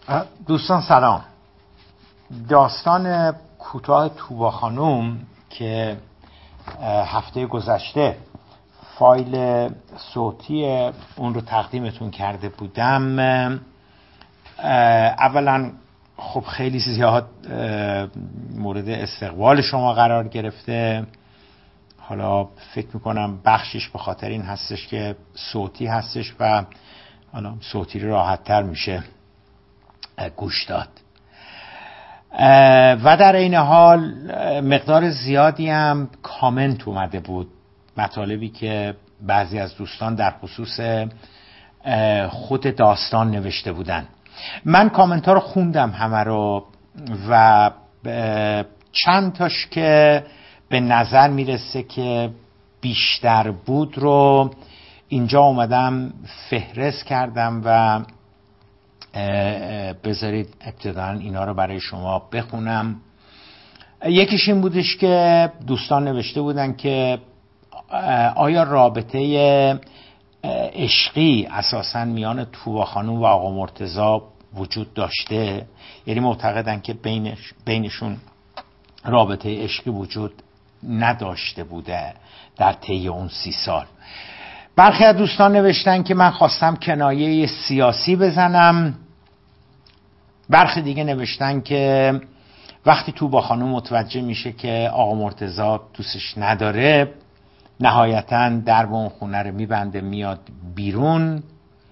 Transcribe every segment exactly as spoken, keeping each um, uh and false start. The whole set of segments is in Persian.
دوستان سلام. داستان کوتاه توبا خانوم که هفته گذشته فایل صوتی اون رو تقدیمتون کرده بودم، اولا خب خیلی زیاد مورد استقبال شما قرار گرفته. حالا فکر میکنم بخشش به خاطر این هستش که صوتی هستش و حالا صوتی راحت تر میشه گوش داد و در این حال مقدار زیادی هم کامنت اومده بود، مطالبی که بعضی از دوستان در خصوص خود داستان نوشته بودن. من کامنت ها رو خوندم همه رو و چند تاش که به نظر میرسه که بیشتر بود رو اینجا اومدم فهرست کردم و بذارید ابتداً اینا رو برای شما بخونم. یکیش این بودش که دوستان نوشته بودن که آیا رابطه عشقی اساساً میان توبا خانوم و آقا مرتضی وجود داشته؟ یعنی معتقدن که بینش بینشون رابطه عشقی وجود نداشته بوده در طی اون سی سال. برخی از دوستان نوشتن که من خواستم کنایه سیاسی بزنم. برخی دیگه نوشتن که وقتی توبا خانوم متوجه میشه که آقا مرتضی دوستش نداره، نهایتاً درب اون خونه رو میبنده میاد بیرون.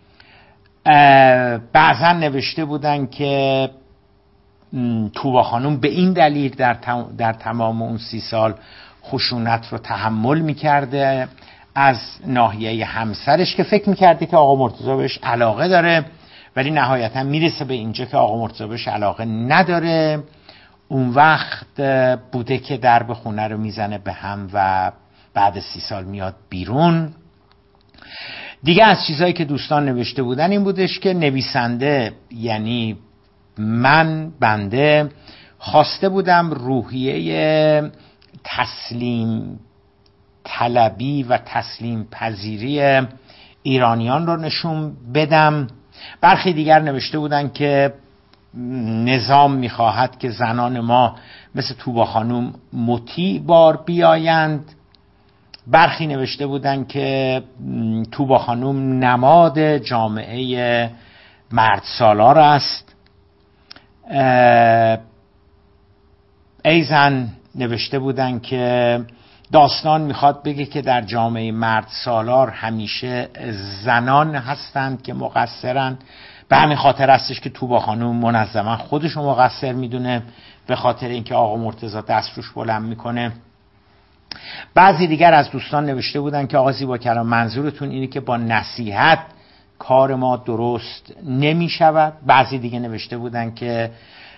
بعضا نوشته بودن که توبا خانوم به این دلیل در, تم... در تمام اون سی سال خشونت رو تحمل میکرده از ناحیه همسرش که فکر میکرده که آقا مرتضی بهش علاقه داره، ولی نهایتا میرسه به اینجا که آقا مرتضی بهش علاقه نداره. اون وقت بوده که درب خونه رو میزنه به هم و بعد سی سال میاد بیرون. دیگه از چیزهایی که دوستان نوشته بودن این بودش که نویسنده یعنی من بنده خواسته بودم روحیه تسلیم طلبی و تسلیم پذیری ایرانیان رو نشون بدم. برخی دیگر نوشته بودن که نظام میخواهد که زنان ما مثل توبا خانوم مطیع بار بیایند. برخی نوشته بودن که توبا خانوم نماد جامعه مرد سالار است. ایزن نوشته بودن که داستان میخواد بگه که در جامعه مرد سالار همیشه زنان هستند که مقصرن، به همین خاطر هستش که توبا خانوم منظما خودشو مقصر میدونه به خاطر اینکه آقا مرتضی دست روش بلند میکنه. بعضی دیگر از دوستان نوشته بودن که آقا زیبا کلام منظورتون اینه که با نصیحت کار ما درست نمیشود. بعضی دیگه نوشته بودن که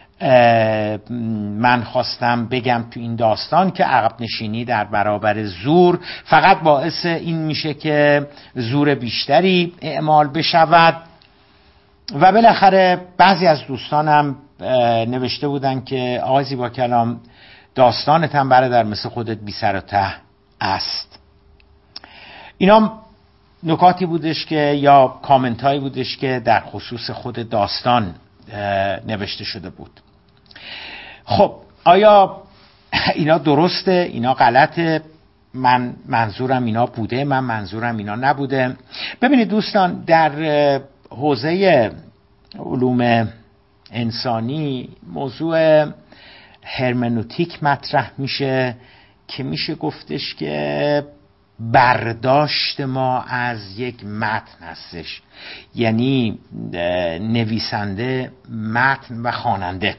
من خواستم بگم تو این داستان که عقب نشینی در برابر زور فقط باعث این میشه که زور بیشتری اعمال بشود. و بالاخره بعضی از دوستانم نوشته بودن که آقای زیبا کلام داستانت هم برادر مثل خودت بی سر و ته است. اینا نکاتی بودش که یا کامنت هایی بودش که در خصوص خود داستان نوشته شده بود. خب آیا اینا درسته؟ اینا غلطه؟ من منظورم اینا بوده؟ من منظورم اینا نبوده؟ ببینید دوستان، در حوزه علوم انسانی موضوع هرمنوتیک مطرح میشه که میشه گفتش که برداشت ما از یک متن هستش، یعنی نویسنده، متن و خواننده.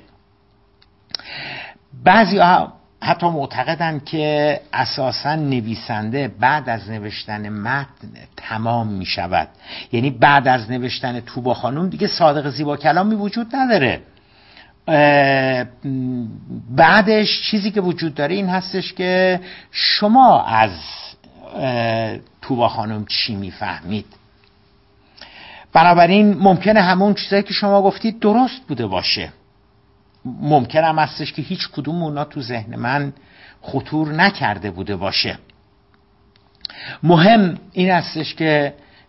بعضی ها حتی معتقدن که اساساً نویسنده بعد از نوشتن متن تمام می شود، یعنی بعد از نوشتن توبا خانوم دیگه صادق زیبا کلامی وجود نداره. بعدش چیزی که وجود داره این هستش که شما از توبا خانوم چی میفهمید. بنابراین ممکنه همون چیزایی که شما گفتید درست بوده باشه، ممکن هم هستش که هیچ کدوم اونا تو ذهن من خطور نکرده بوده باشه. مهم این هستش که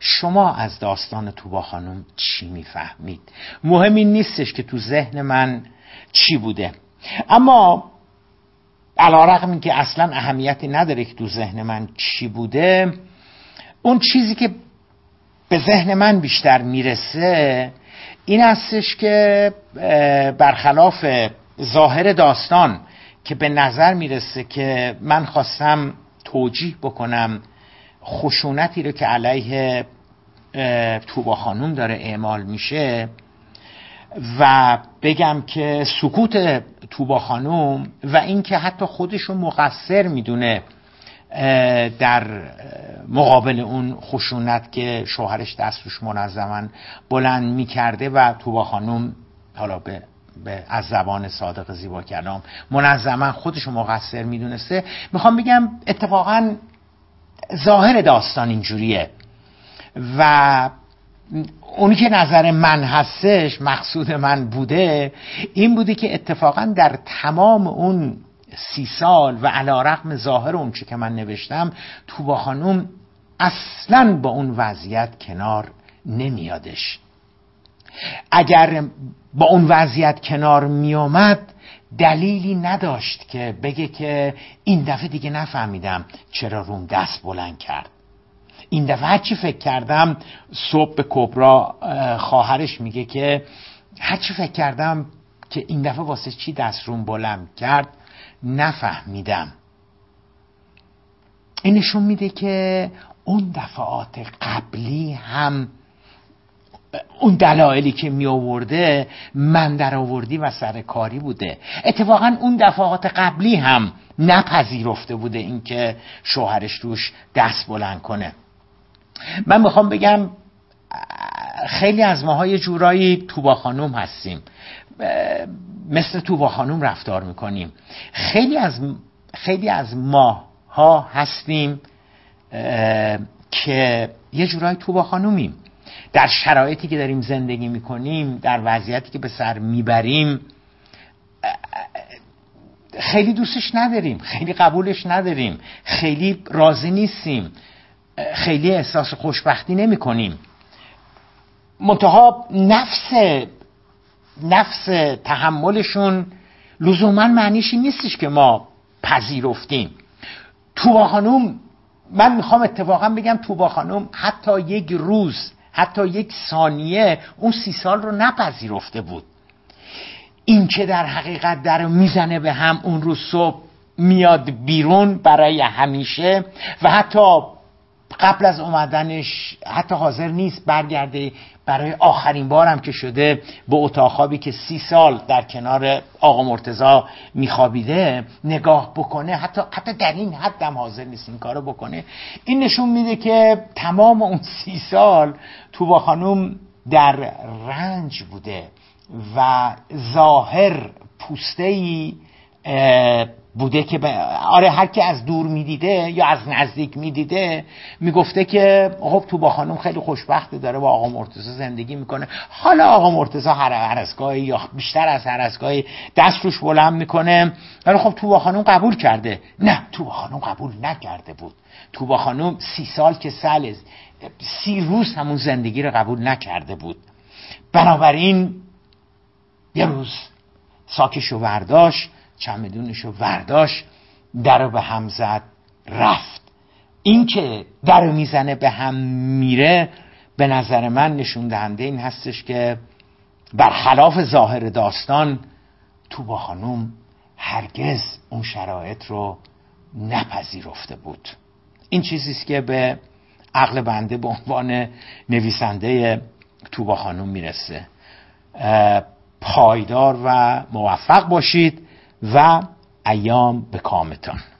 شما از داستان طوبا خانم چی میفهمید؟ مهم این نیستش که تو ذهن من چی بوده، اما علی‌رغم اینکه اصلا اهمیتی نداره که تو ذهن من چی بوده، اون چیزی که به ذهن من بیشتر میرسه این هستش که برخلاف ظاهر داستان که به نظر میرسه که من خواستم توجیه بکنم خشونتی رو که علیه طوبا خانم داره اعمال میشه و بگم که سکوت طوبا خانم و اینکه حتی خودشو مقصر میدونه در مقابل اون خشونت که شوهرش دست روش منظما بلند میکرده و طوبا خانم حالا به از زبان صادق زیبا کلام منظما خودشو مقصر میدونسته، میخوام بگم اتفاقا ظاهر داستان اینجوریه و اونی که نظر من هستش، مقصود من بوده این بوده که اتفاقا در تمام اون سی سال و علی‌رغم ظاهر اون چی که من نوشتم، طوبا خانم اصلاً با اون وضعیت کنار نمیادش. اگر با اون وضعیت کنار میامد دلیلی نداشت که بگه که این دفعه دیگه نفهمیدم چرا روم دست بلند کرد، این دفعه هرچی فکر کردم، صبح به کبرا خواهرش میگه که هرچی فکر کردم که این دفعه واسه چی دست روم بلند کرد نفهمیدم. این نشون میده که اون دفعات قبلی هم اون دلایلی که می آورده من در آوردی و سرکاری بوده. اتفاقا اون دفعات قبلی هم نپذیرفته بوده این که شوهرش روش دست بلند کنه. من میخوام بگم خیلی از ماها یه جورایی طوبا خانم هستیم، مثل طوبا خانم رفتار میکنیم. خیلی از خیلی از ماها هستیم که یه جورایی طوبا خانومیم. در شرایطی که داریم زندگی میکنیم، در وضعیتی که به سر میبریم، خیلی دوستش نداریم، خیلی قبولش نداریم، خیلی راضی نیستیم، خیلی احساس خوشبختی نمی کنیم. منتها نفس نفس تحملشون لزوما معنیشی نیستش که ما پذیرفتیم. طوبا خانم، من میخوام اتفاقا بگم طوبا خانم حتی یک روز، حتی یک ثانیه اون سی سال رو نپذیرفته بود. این که در حقیقت در میزنه به هم اون روز صبح میاد بیرون برای همیشه و حتی قبل از اومدنش حتی حاضر نیست برگرده برای آخرین بارم که شده به اتاق خوابی که سی سال در کنار آقا مرتضی میخوابیده نگاه بکنه، حتی حتی در این حد هم حاضر نیست این کارو بکنه. این نشون میده که تمام اون سی سال طوبا خانم در رنج بوده و ظاهر پوسته‌ای بوده که آره هر کی از دور میدیده یا از نزدیک میدیده میگفته که خب طوبا خانم خیلی خوشبخته، داره با آقا مرتضی زندگی میکنه. حالا آقا مرتضی هر هر از گاهی یا بیشتر از هر از گاهی دست روش بلند میکنه، ولی خب طوبا خانم قبول کرده. نه، طوبا خانم قبول نکرده بود. طوبا خانم سی سال که سال سی روز همون زندگی رو قبول نکرده بود. بنابراین یه روز ساکشو ورداشت، چمدونشو ورداشت، در به هم زد، رفت. این که در میزنه به هم میره به نظر من نشون دهنده این هستش که برخلاف ظاهر داستان طوبا خانم هرگز اون شرایط رو نپذیرفته بود. این چیزیست که به عقل بنده به عنوان نویسنده طوبا خانم میرسه. پایدار و موفق باشید و ایام به کامتان.